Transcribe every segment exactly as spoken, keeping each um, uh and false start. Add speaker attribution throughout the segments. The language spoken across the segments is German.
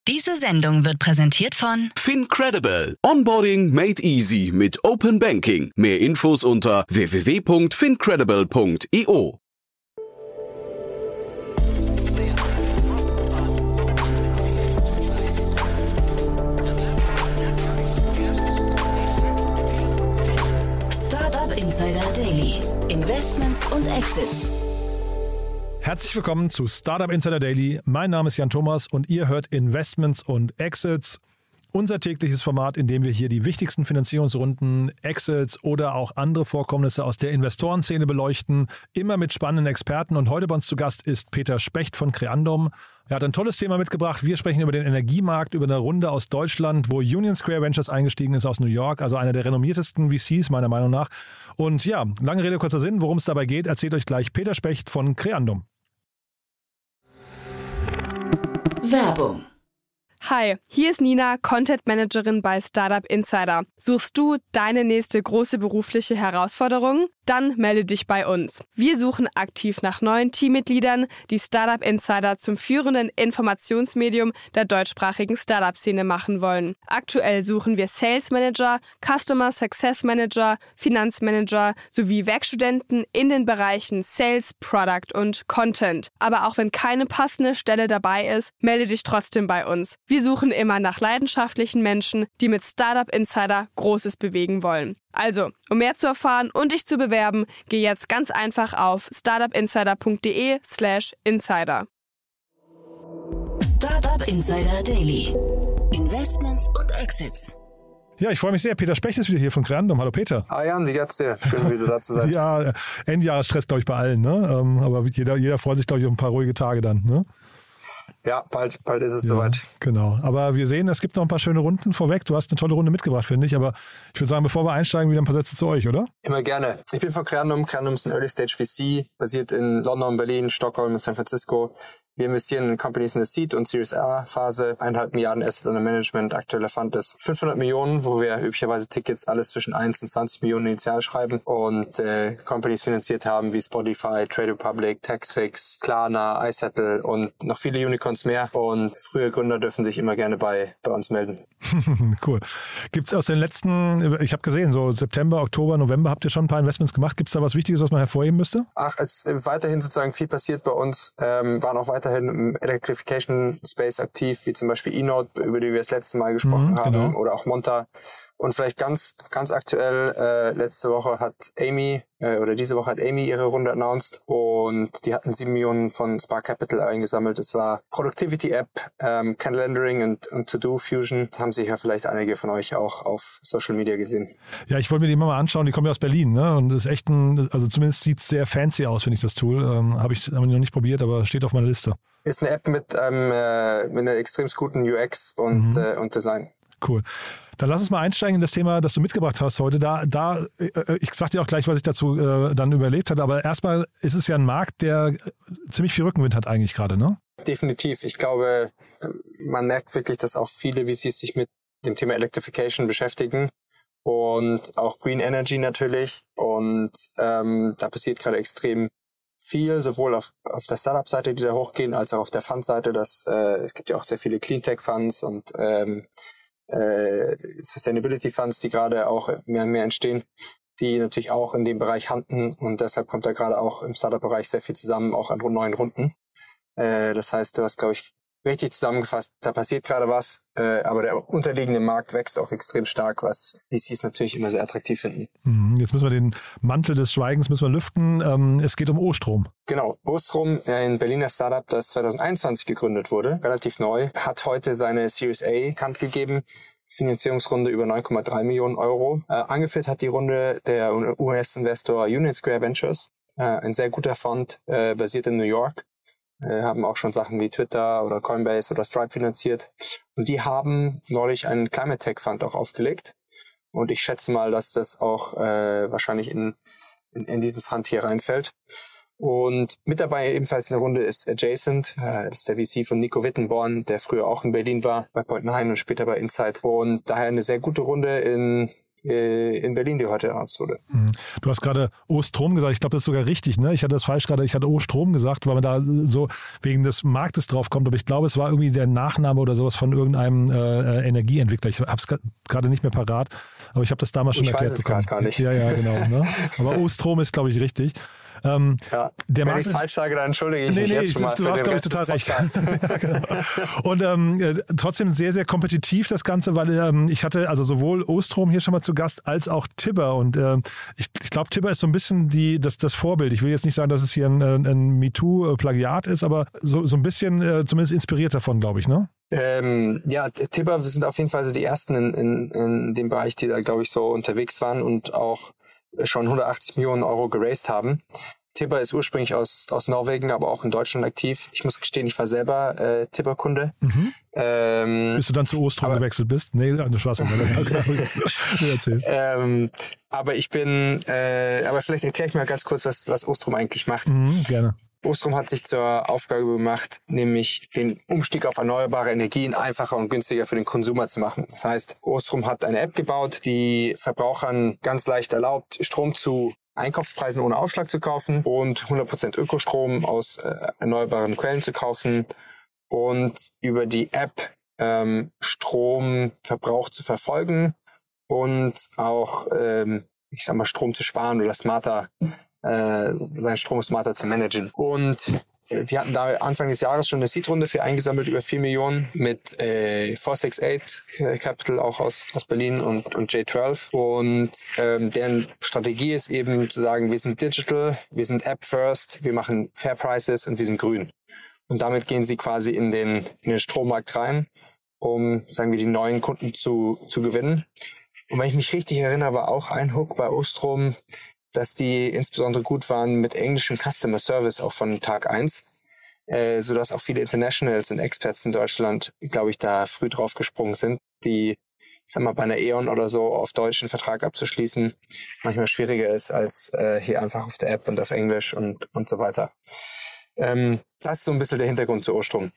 Speaker 1: Diese Sendung wird präsentiert von
Speaker 2: FinCredible. Onboarding made easy mit Open Banking. Mehr Infos unter w w w punkt fincredible punkt i o.
Speaker 1: Startup Insider Daily. Investments und Exits.
Speaker 3: Herzlich willkommen zu Startup Insider Daily. Mein Name ist Jan Thomas und ihr hört Investments und Exits. Unser tägliches Format, in dem wir hier die wichtigsten Finanzierungsrunden, Exits oder auch andere Vorkommnisse aus der Investorenszene beleuchten. Immer mit spannenden Experten. Und heute bei uns zu Gast ist Peter Specht von Creandum. Er hat ein tolles Thema mitgebracht. Wir sprechen über den Energiemarkt, über eine Runde aus Deutschland, wo Union Square Ventures eingestiegen ist aus New York, also einer der renommiertesten V Cs meiner Meinung nach. Und ja, lange Rede, kurzer Sinn, worum es dabei geht, erzählt euch gleich Peter Specht von Creandum.
Speaker 1: Werbung.
Speaker 4: Hi, hier ist Nina, Content Managerin bei Startup Insider. Suchst du deine nächste große berufliche Herausforderung? Dann melde dich bei uns. Wir suchen aktiv nach neuen Teammitgliedern, die Startup Insider zum führenden Informationsmedium der deutschsprachigen Startup-Szene machen wollen. Aktuell suchen wir Sales Manager, Customer Success Manager, Finanzmanager sowie Werkstudenten in den Bereichen Sales, Product und Content. Aber auch wenn keine passende Stelle dabei ist, melde dich trotzdem bei uns. Wir suchen immer nach leidenschaftlichen Menschen, die mit Startup Insider Großes bewegen wollen. Also, um mehr zu erfahren und dich zu bewerben, geh jetzt ganz einfach auf startupinsider punkt de slash insider.
Speaker 1: Startup Insider Daily. Investments und Exits.
Speaker 3: Ja, ich freue mich sehr. Peter Specht ist wieder hier von Creandum. Hallo Peter.
Speaker 5: Ah Jan, wie geht's dir? Schön, wieder da zu sein.
Speaker 3: Ja, Endjahresstress, glaube ich, bei allen. Ne? Aber jeder, jeder freut sich, glaube ich, auf ein paar ruhige Tage dann. Ne?
Speaker 5: Ja, bald, bald ist es
Speaker 3: ja,
Speaker 5: soweit.
Speaker 3: Genau. Aber wir sehen, es gibt noch ein paar schöne Runden vorweg. Du hast eine tolle Runde mitgebracht, finde ich. Aber ich würde sagen, bevor wir einsteigen, wieder ein paar Sätze zu euch, oder?
Speaker 5: Immer gerne. Ich bin von Creandum. Creandum ist ein Early-Stage V C, basiert in London, Berlin, Stockholm und San Francisco. Wir investieren in Companies in der Seed- und Series A-Phase, eineinhalb Milliarden Asset Under Management, aktueller Fund ist fünfhundert Millionen, wo wir üblicherweise Tickets alles zwischen eins und zwanzig Millionen initial schreiben und äh, Companies finanziert haben wie Spotify, Trade Republic, Taxfix, Klarna, iSettle und noch viele Unicorns mehr. Und frühe Gründer dürfen sich immer gerne bei, bei uns melden.
Speaker 3: Cool. Gibt es aus den letzten, ich habe gesehen, so September, Oktober, November habt ihr schon ein paar Investments gemacht. Gibt es da was Wichtiges, was man hervorheben müsste?
Speaker 5: Ach, es ist weiterhin sozusagen viel passiert bei uns, ähm, waren auch weiter im Electrification Space aktiv, wie zum Beispiel eNote, über die wir das letzte Mal gesprochen
Speaker 3: mhm, genau.
Speaker 5: haben, oder auch Monta. Und vielleicht ganz ganz aktuell, äh, letzte Woche hat Amy, äh, oder diese Woche hat Amy ihre Runde announced und die hatten sieben Millionen von Spark Capital eingesammelt. Das war Productivity-App, ähm, Calendaring und, und To-Do Fusion. Das haben sicher vielleicht einige von euch auch auf Social Media gesehen.
Speaker 3: Ja, ich wollte mir die mal anschauen. Die kommen ja aus Berlin, ne? Und das ist echt ein, also zumindest sieht es sehr fancy aus, finde ich, das Tool. Ähm, habe ich, hab ich noch nicht probiert, aber steht auf meiner Liste.
Speaker 5: Ist eine App mit, ähm, äh, mit einer extrem guten U X und, mhm. äh, und Design.
Speaker 3: Cool. Dann lass uns mal einsteigen in das Thema, das du mitgebracht hast heute. Da, da, ich sag dir auch gleich, was ich dazu äh, dann überlebt hatte, aber erstmal ist es ja ein Markt, der ziemlich viel Rückenwind hat eigentlich gerade, ne?
Speaker 5: Definitiv. Ich glaube, man merkt wirklich, dass auch viele V Cs sich mit dem Thema Electrification beschäftigen und auch Green Energy natürlich. Und ähm, da passiert gerade extrem viel, sowohl auf, auf der Startup-Seite, die da hochgehen, als auch auf der Fund-Seite. Dass, äh, es gibt ja auch sehr viele Cleantech-Funds und ähm, äh, Sustainability-Funds, die gerade auch mehr und mehr entstehen, die natürlich auch in dem Bereich handeln. Und deshalb kommt da gerade auch im Startup-Bereich sehr viel zusammen, auch an neuen Runden. Äh, das heißt, du hast, glaube ich, richtig zusammengefasst, da passiert gerade was, äh, aber der unterliegende Markt wächst auch extrem stark, was V Cs natürlich immer sehr attraktiv finden.
Speaker 3: Jetzt müssen wir den Mantel des Schweigens müssen wir lüften. Ähm, es geht um Ostrom.
Speaker 5: Genau, Ostrom, ein Berliner Startup, das zwanzig einundzwanzig gegründet wurde, relativ neu, hat heute seine Series A bekannt gegeben. Finanzierungsrunde über neun Komma drei Millionen Euro. Äh, angeführt hat die Runde der U S-Investor Union Square Ventures, äh, ein sehr guter Fund, äh, basiert in New York. Äh, haben auch schon Sachen wie Twitter oder Coinbase oder Stripe finanziert. Und die haben neulich einen Climate Tech Fund auch aufgelegt. Und ich schätze mal, dass das auch äh, wahrscheinlich in, in, in diesen Fund hier reinfällt. Und mit dabei ebenfalls in der Runde ist Adjacent, äh, das ist der V C von Nico Wittenborn, der früher auch in Berlin war, bei Point neun und später bei Insight. Und daher eine sehr gute Runde in äh, in Berlin, die heute genutzt wurde.
Speaker 3: Du hast gerade O-Strom gesagt, ich glaube, das ist sogar richtig, ne? Ich hatte das falsch gerade, ich hatte O-Strom gesagt, weil man da so wegen des Marktes drauf kommt, aber ich glaube, es war irgendwie der Nachname oder sowas von irgendeinem äh, Energieentwickler. Ich habe es gerade nicht mehr parat, aber ich habe das damals schon
Speaker 5: ich
Speaker 3: erklärt
Speaker 5: weiß es
Speaker 3: bekommen.
Speaker 5: gar nicht.
Speaker 3: Ja, ja, genau. Ne? Aber O-Strom ist, glaube ich, richtig. Ähm,
Speaker 5: ja,
Speaker 3: der
Speaker 5: wenn
Speaker 3: Markt
Speaker 5: ich es
Speaker 3: ist,
Speaker 5: falsch sage, dann entschuldige ich
Speaker 3: nee,
Speaker 5: mich
Speaker 3: nee,
Speaker 5: jetzt schon mal.
Speaker 3: Du hast, glaube ich, total recht. Ja, genau. Und ähm, äh, trotzdem sehr, sehr kompetitiv das Ganze, weil ähm, ich hatte also sowohl O-Strom hier schon mal zu Gast, als auch Tibber. Und äh, ich, ich glaube, Tibber ist so ein bisschen die, das, das Vorbild. Ich will jetzt nicht sagen, dass es hier ein, ein MeToo-Plagiat ist, aber so, so ein bisschen äh, zumindest inspiriert davon, glaube ich, ne?
Speaker 5: Ähm, ja, Tibber, wir sind auf jeden Fall so die Ersten in, in, in dem Bereich, die da, glaube ich, so unterwegs waren und auch schon hundertachtzig Millionen Euro geraced haben. Tibber ist ursprünglich aus, aus Norwegen, aber auch in Deutschland aktiv. Ich muss gestehen, ich war selber äh, Tibber-Kunde. Mhm. Ähm,
Speaker 3: Bis du dann zu O-Strom gewechselt bist? Nee, eine Spaß. Erzähl.
Speaker 5: ähm, aber ich bin, äh, aber vielleicht erkläre ich mal ganz kurz, was, was O-Strom eigentlich macht.
Speaker 3: Mhm, gerne.
Speaker 5: O-Strom hat sich zur Aufgabe gemacht, nämlich den Umstieg auf erneuerbare Energien einfacher und günstiger für den Konsumer zu machen. Das heißt, O-Strom hat eine App gebaut, die Verbrauchern ganz leicht erlaubt, Strom zu Einkaufspreisen ohne Aufschlag zu kaufen und hundert Prozent Ökostrom aus äh, erneuerbaren Quellen zu kaufen und über die App ähm, Stromverbrauch zu verfolgen und auch, ähm, ich sag mal, Strom zu sparen oder smarter Äh, seinen Strom smarter zu managen. Und äh, die hatten da Anfang des Jahres schon eine Seed-Runde für eingesammelt, über vier Millionen mit äh, vier sechs acht äh, Capital, auch aus, aus Berlin und, und J zwölf. Und ähm, deren Strategie ist eben zu sagen, wir sind digital, wir sind App first, wir machen Fair Prices und wir sind grün. Und damit gehen sie quasi in den, in den Strommarkt rein, um, sagen wir, die neuen Kunden zu, zu gewinnen. Und wenn ich mich richtig erinnere, war auch ein Hook bei O-Strom, dass die insbesondere gut waren mit englischem Customer Service auch von Tag eins, äh, sodass auch viele Internationals und Experts in Deutschland, glaube ich, da früh drauf gesprungen sind, die, ich sag mal, bei einer E.ON oder so auf Deutsch einen Vertrag abzuschließen, manchmal schwieriger ist als äh, hier einfach auf der App und auf Englisch und, und so weiter. Ähm, das ist so ein bisschen der Hintergrund zu O-Strom.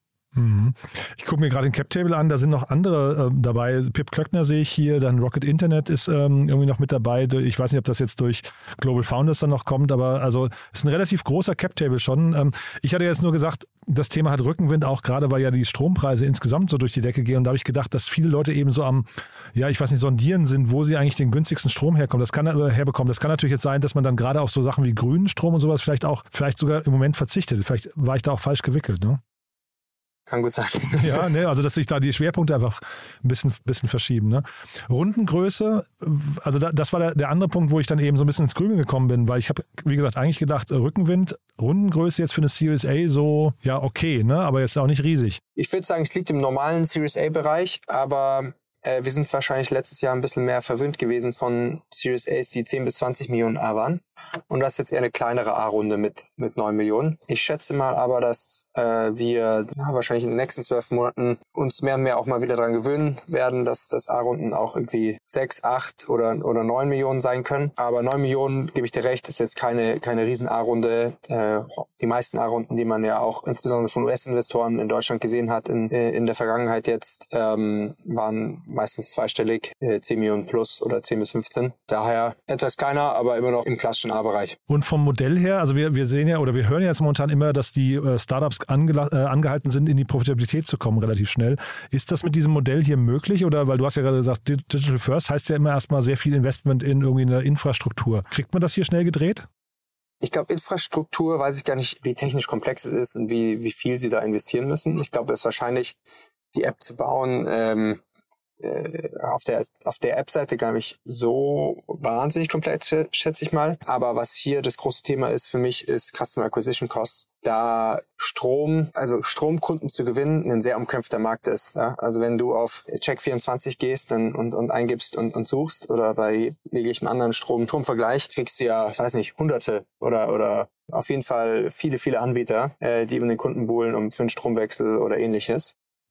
Speaker 3: Ich gucke mir gerade den Cap-Table an, da sind noch andere äh, dabei. Pip Klöckner sehe ich hier, dann Rocket Internet ist ähm, irgendwie noch mit dabei. Ich weiß nicht, ob das jetzt durch Global Founders dann noch kommt, aber also ist ein relativ großer Cap-Table schon. Ähm, ich hatte jetzt nur gesagt, das Thema hat Rückenwind, auch gerade weil ja die Strompreise insgesamt so durch die Decke gehen. Und da habe ich gedacht, dass viele Leute eben so am, ja, ich weiß nicht, sondieren sind, wo sie eigentlich den günstigsten Strom herkommen. Das kann äh, herbekommen. Das kann natürlich jetzt sein, dass man dann gerade auf so Sachen wie grünen Strom und sowas vielleicht auch, vielleicht sogar im Moment verzichtet. Vielleicht war ich da auch falsch gewickelt, ne?
Speaker 5: Kann gut sein.
Speaker 3: Ja, ne, also dass sich da die Schwerpunkte einfach ein bisschen, bisschen verschieben. Ne? Rundengröße, also da, das war der, der andere Punkt, wo ich dann eben so ein bisschen ins Grübeln gekommen bin, weil ich habe, wie gesagt, eigentlich gedacht, Rückenwind, Rundengröße jetzt für eine Series A so, ja okay, ne, aber jetzt auch nicht riesig.
Speaker 5: Ich würde sagen, es liegt im normalen Series A-Bereich, aber äh, wir sind wahrscheinlich letztes Jahr ein bisschen mehr verwöhnt gewesen von Series A's, die zehn bis zwanzig Millionen A waren. Und das ist jetzt eher eine kleinere A-Runde mit, mit neun Millionen. Ich schätze mal aber, dass äh, wir ja, wahrscheinlich in den nächsten zwölf Monaten uns mehr und mehr auch mal wieder daran gewöhnen werden, dass das A-Runden auch irgendwie sechs, acht oder, oder neun Millionen sein können. Aber neun Millionen, gebe ich dir recht, ist jetzt keine, keine riesen A-Runde. Äh, die meisten A-Runden, die man ja auch insbesondere von U S-Investoren in Deutschland gesehen hat in, in der Vergangenheit jetzt, ähm, waren meistens zweistellig, äh, zehn Millionen plus oder zehn bis fünfzehn. Daher etwas kleiner, aber immer noch im klassischen A-Bereich.
Speaker 3: Und vom Modell her, also wir, wir sehen ja oder wir hören ja jetzt momentan immer, dass die äh, Startups angela- äh, angehalten sind, in die Profitabilität zu kommen, relativ schnell. Ist das mit diesem Modell hier möglich? Oder, weil du hast ja gerade gesagt, Digital First heißt ja immer erstmal sehr viel Investment in irgendwie eine Infrastruktur. Kriegt man das hier schnell gedreht?
Speaker 5: Ich glaube, Infrastruktur, weiß ich gar nicht, wie technisch komplex es ist und wie, wie viel sie da investieren müssen. Ich glaube, es ist wahrscheinlich, die App zu bauen, ähm, auf der auf der App-Seite gar nicht so wahnsinnig komplett, schätze ich mal. Aber was hier das große Thema ist für mich, ist Customer Acquisition Costs. Da Strom, also Stromkunden zu gewinnen, ein sehr umkämpfter Markt ist. Ja? Also wenn du auf Check vierundzwanzig gehst dann, und, und eingibst und, und suchst oder bei jeglichem anderen Strom, Stromvergleich, kriegst du ja, ich weiß nicht, hunderte oder oder auf jeden Fall viele, viele Anbieter, äh, die um den Kunden buhlen um für einen Stromwechsel oder ähnliches.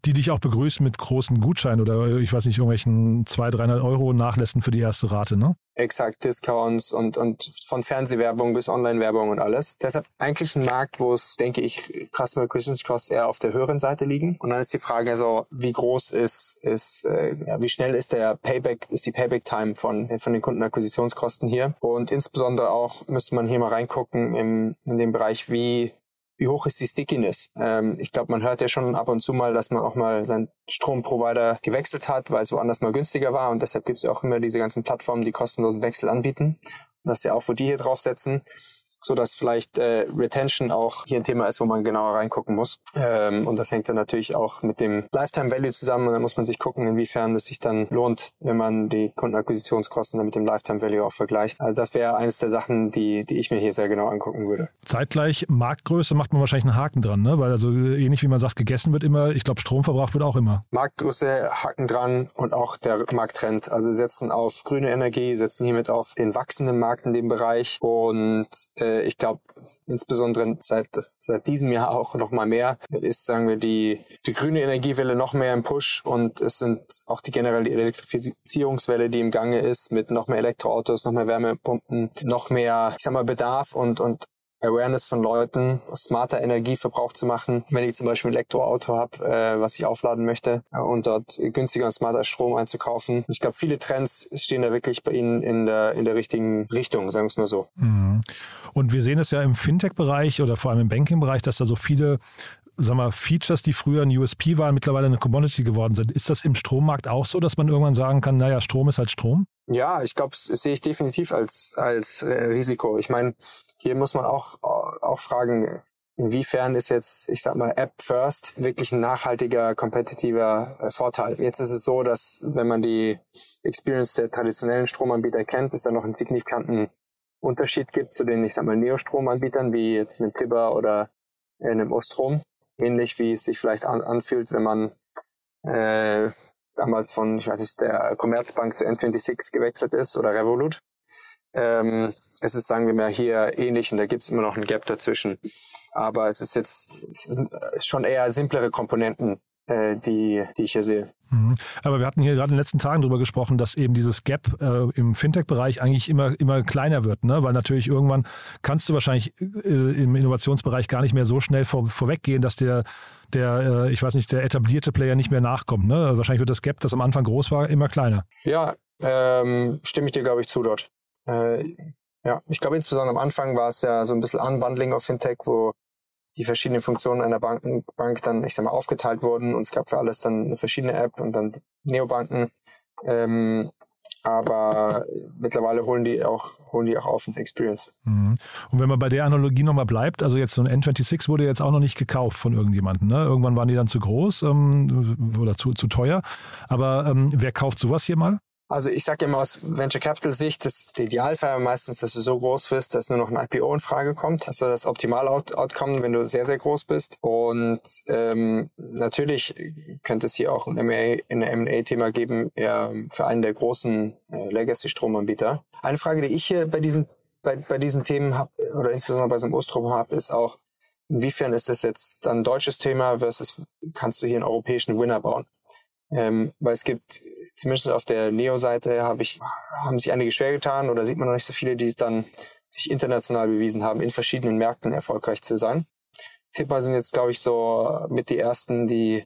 Speaker 3: Die dich auch begrüßen mit großen Gutscheinen oder ich weiß nicht, irgendwelchen zweihundert, dreihundert Euro Nachlässen für die erste Rate, ne?
Speaker 5: Exakt, Discounts und, und von Fernsehwerbung bis Online-Werbung und alles. Deshalb eigentlich ein Markt, wo es, denke ich, Customer Acquisition Costs eher auf der höheren Seite liegen. Und dann ist die Frage also, wie groß ist, ist äh, ja, wie schnell ist der Payback, ist die Payback-Time von, von den Kundenakquisitionskosten hier? Und insbesondere auch müsste man hier mal reingucken im, in dem Bereich, wie Wie hoch ist die Stickiness? Ähm, ich glaube, man hört ja schon ab und zu mal, dass man auch mal seinen Stromprovider gewechselt hat, weil es woanders mal günstiger war. Und deshalb gibt es ja auch immer diese ganzen Plattformen, die kostenlosen Wechsel anbieten. Und das ist ja auch, wo die hier draufsetzen, so dass vielleicht äh, Retention auch hier ein Thema ist, wo man genauer reingucken muss. Ähm, und das hängt dann natürlich auch mit dem Lifetime Value zusammen. Und da muss man sich gucken, inwiefern es sich dann lohnt, wenn man die Kundenakquisitionskosten dann mit dem Lifetime Value auch vergleicht. Also das wäre eines der Sachen, die die ich mir hier sehr genau angucken würde.
Speaker 3: Zeitgleich Marktgröße macht man wahrscheinlich einen Haken dran, ne? Weil also ähnlich wie man sagt, gegessen wird immer, ich glaube Strom verbraucht wird auch immer.
Speaker 5: Marktgröße, Haken dran und auch der Markttrend. Also wir setzen auf grüne Energie, setzen hiermit auf den wachsenden Markt in dem Bereich und äh, ich glaube, insbesondere seit seit diesem Jahr auch noch mal mehr ist, sagen wir, die die grüne Energiewelle noch mehr im Push und es sind auch die generelle Elektrifizierungswelle, die im Gange ist, mit noch mehr Elektroautos, noch mehr Wärmepumpen, noch mehr, ich sag mal, Bedarf und und Awareness von Leuten, smarter Energieverbrauch zu machen. Wenn ich zum Beispiel ein Elektroauto habe, äh, was ich aufladen möchte äh, und dort günstiger und smarter Strom einzukaufen. Ich glaube, viele Trends stehen da wirklich bei Ihnen in der in der richtigen Richtung, sagen wir es mal so.
Speaker 3: Und wir sehen es ja im Fintech-Bereich oder vor allem im Banking-Bereich, dass da so viele, sag mal, Features, die früher ein U S P waren, mittlerweile eine Commodity geworden sind. Ist das im Strommarkt auch so, dass man irgendwann sagen kann, naja, Strom ist halt Strom?
Speaker 5: Ja, ich glaube, das sehe ich definitiv als als äh, Risiko. Ich meine, hier muss man auch auch fragen, inwiefern ist jetzt, ich sag mal, App First wirklich ein nachhaltiger, kompetitiver äh, Vorteil. Jetzt ist es so, dass wenn man die Experience der traditionellen Stromanbieter kennt, es da noch einen signifikanten Unterschied gibt zu den, ich sag mal, Neo-Stromanbietern, wie jetzt einem Tibber oder äh, einem Ostrom. Ähnlich wie es sich vielleicht an, anfühlt, wenn man äh, damals von, ich weiß nicht, der Commerzbank zu N sechsundzwanzig gewechselt ist oder Revolut. Ähm, es ist, sagen wir mal, hier ähnlich und da gibt es immer noch ein Gap dazwischen. Aber es ist jetzt es sind schon eher simplere Komponenten, äh, die, die ich hier sehe.
Speaker 3: Mhm. Aber wir hatten hier gerade in den letzten Tagen drüber gesprochen, dass eben dieses Gap äh, im Fintech-Bereich eigentlich immer, immer kleiner wird, ne? Weil natürlich irgendwann kannst du wahrscheinlich äh, im Innovationsbereich gar nicht mehr so schnell vor, vorweggehen, dass der, der äh, ich weiß nicht, der etablierte Player nicht mehr nachkommt, ne? Also wahrscheinlich wird das Gap, das am Anfang groß war, immer kleiner.
Speaker 5: Ja, ähm, stimme ich dir, glaube ich, zu dort. Äh, ja, ich glaube, insbesondere am Anfang war es ja so ein bisschen Unbundling auf Fintech, wo die verschiedenen Funktionen einer Banken, Bank dann, ich sag mal, aufgeteilt wurden und es gab für alles dann eine verschiedene App und dann Neobanken. Ähm, aber mittlerweile holen die auch, holen die auch auf mit Experience.
Speaker 3: Mhm. Und wenn man bei der Analogie nochmal bleibt, also jetzt so ein N sechsundzwanzig wurde jetzt auch noch nicht gekauft von irgendjemandem, ne? Irgendwann waren die dann zu groß ähm, oder zu, zu teuer. Aber ähm, wer kauft sowas hier mal?
Speaker 5: Also ich sage immer aus Venture Capital Sicht, das der Idealfall meistens, dass du so groß wirst, dass nur noch ein I P O in Frage kommt. Also das optimale Out- Outcome, wenn du sehr, sehr groß bist. Und ähm, natürlich könnte es hier auch ein M und A-Thema geben, eher für einen der großen äh, Legacy-Stromanbieter. Eine Frage, die ich hier bei diesen bei, bei diesen Themen habe, oder insbesondere bei so einem Ostrom habe, ist auch, inwiefern ist das jetzt dann ein deutsches Thema versus kannst du hier einen europäischen Winner bauen? Ähm, weil es gibt, zumindest auf der Neo-Seite habe ich, haben sich einige schwer getan oder sieht man noch nicht so viele, die es dann sich international bewiesen haben, in verschiedenen Märkten erfolgreich zu sein. Tipper sind jetzt, glaube ich, so mit die ersten, die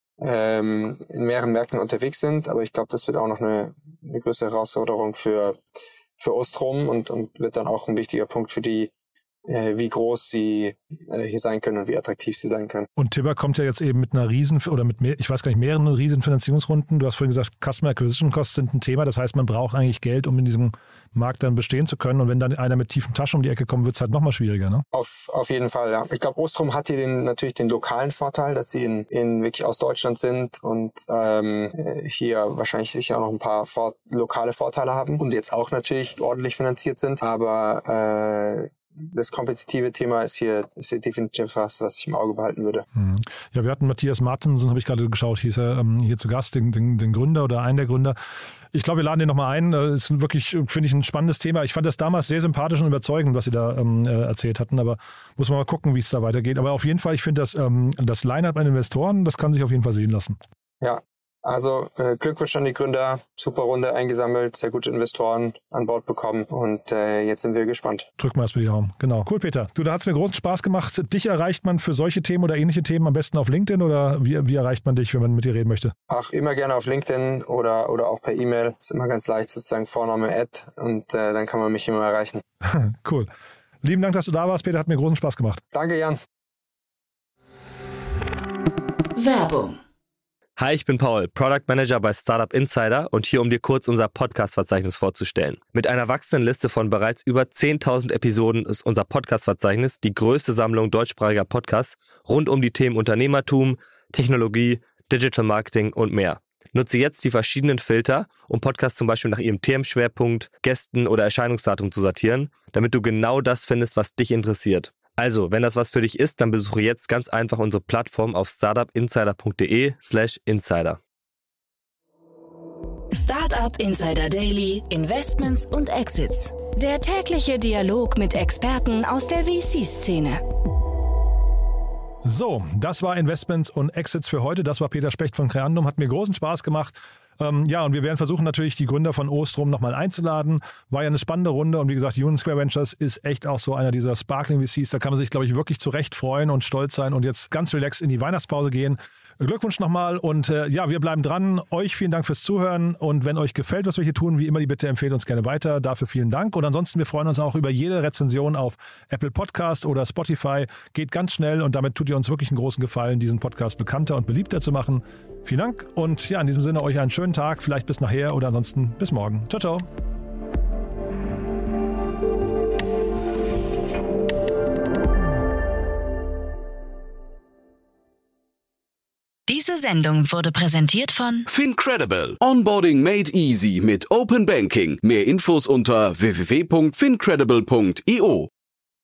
Speaker 5: ähm, in mehreren Märkten unterwegs sind, aber ich glaube, das wird auch noch eine, eine größere Herausforderung für, für Ostrom und, und wird dann auch ein wichtiger Punkt für die, wie groß sie hier sein können und wie attraktiv sie sein können.
Speaker 3: Und Tibber kommt ja jetzt eben mit einer riesen, oder mit mehr, ich weiß gar nicht, mehreren riesen Finanzierungsrunden. Du hast vorhin gesagt, Customer Acquisition Costs sind ein Thema. Das heißt, man braucht eigentlich Geld, um in diesem Markt dann bestehen zu können. Und wenn dann einer mit tiefen Taschen um die Ecke kommt, wird es halt nochmal schwieriger, ne?
Speaker 5: Auf, auf jeden Fall, ja. Ich glaube, Ostrom hat hier den, natürlich den lokalen Vorteil, dass sie in, in wirklich aus Deutschland sind und ähm, hier wahrscheinlich sicher auch noch ein paar vor, lokale Vorteile haben und jetzt auch natürlich ordentlich finanziert sind. Aber äh, das kompetitive Thema ist hier, ist hier definitiv was, was ich im Auge behalten würde.
Speaker 3: Ja, wir hatten Matthias Martensen, habe ich gerade geschaut, hieß er ähm, hier zu Gast, den, den, den Gründer oder einen der Gründer. Ich glaube, wir laden den nochmal ein. Das ist wirklich, finde ich, ein spannendes Thema. Ich fand das damals sehr sympathisch und überzeugend, was Sie da ähm, erzählt hatten, aber muss man mal gucken, wie es da weitergeht. Aber auf jeden Fall, ich finde, das, ähm, das Line-Up an Investoren, das kann sich auf jeden Fall sehen lassen.
Speaker 5: Ja. Also äh, Glückwunsch an die Gründer, super Runde eingesammelt, sehr gute Investoren an Bord bekommen und äh, jetzt sind wir gespannt.
Speaker 3: Drücken wir erstmal die Daumen. Genau. Cool, Peter. Du, da hat es mir großen Spaß gemacht. Dich erreicht man für solche Themen oder ähnliche Themen am besten auf LinkedIn oder wie, wie erreicht man dich, wenn man mit dir reden möchte?
Speaker 5: Ach, immer gerne auf LinkedIn oder, oder auch per E-Mail. Ist immer ganz leicht, sozusagen Vorname Ad und äh, dann kann man mich immer erreichen.
Speaker 3: Cool. Lieben Dank, dass du da warst, Peter. Hat mir großen Spaß gemacht.
Speaker 5: Danke, Jan.
Speaker 1: Werbung.
Speaker 6: Hi, ich bin Paul, Product Manager bei Startup Insider und hier, um dir kurz unser Podcast-Verzeichnis vorzustellen. Mit einer wachsenden Liste von bereits über zehntausend Episoden ist unser Podcast-Verzeichnis die größte Sammlung deutschsprachiger Podcasts rund um die Themen Unternehmertum, Technologie, Digital Marketing und mehr. Nutze jetzt die verschiedenen Filter, um Podcasts zum Beispiel nach ihrem Themenschwerpunkt, Gästen oder Erscheinungsdatum zu sortieren, damit du genau das findest, was dich interessiert. Also, wenn das was für dich ist, dann besuche jetzt ganz einfach unsere Plattform auf startupinsider.de slash insider.
Speaker 1: Startup Insider Daily, Investments und Exits. Der tägliche Dialog mit Experten aus der V C-Szene.
Speaker 3: So, das war Investments und Exits für heute. Das war Peter Specht von Creandum. Hat mir großen Spaß gemacht. Ähm, ja, und wir werden versuchen natürlich die Gründer von Ostrom nochmal einzuladen. War ja eine spannende Runde und wie gesagt, Union Square Ventures ist echt auch so einer dieser Sparkling V Cs. Da kann man sich, glaube ich, wirklich zu Recht freuen und stolz sein und jetzt ganz relaxed in die Weihnachtspause gehen. Glückwunsch nochmal und äh, ja, wir bleiben dran. Euch vielen Dank fürs Zuhören und wenn euch gefällt, was wir hier tun, wie immer die Bitte, empfehlt uns gerne weiter. Dafür vielen Dank und ansonsten, wir freuen uns auch über jede Rezension auf Apple Podcast oder Spotify. Geht ganz schnell und damit tut ihr uns wirklich einen großen Gefallen, diesen Podcast bekannter und beliebter zu machen. Vielen Dank und ja, in diesem Sinne euch einen schönen Tag, vielleicht bis nachher oder ansonsten bis morgen. Ciao, ciao.
Speaker 1: Diese Sendung wurde präsentiert von
Speaker 2: FinCredible. Onboarding made easy mit Open Banking. Mehr Infos unter w w w punkt fincredible punkt i o.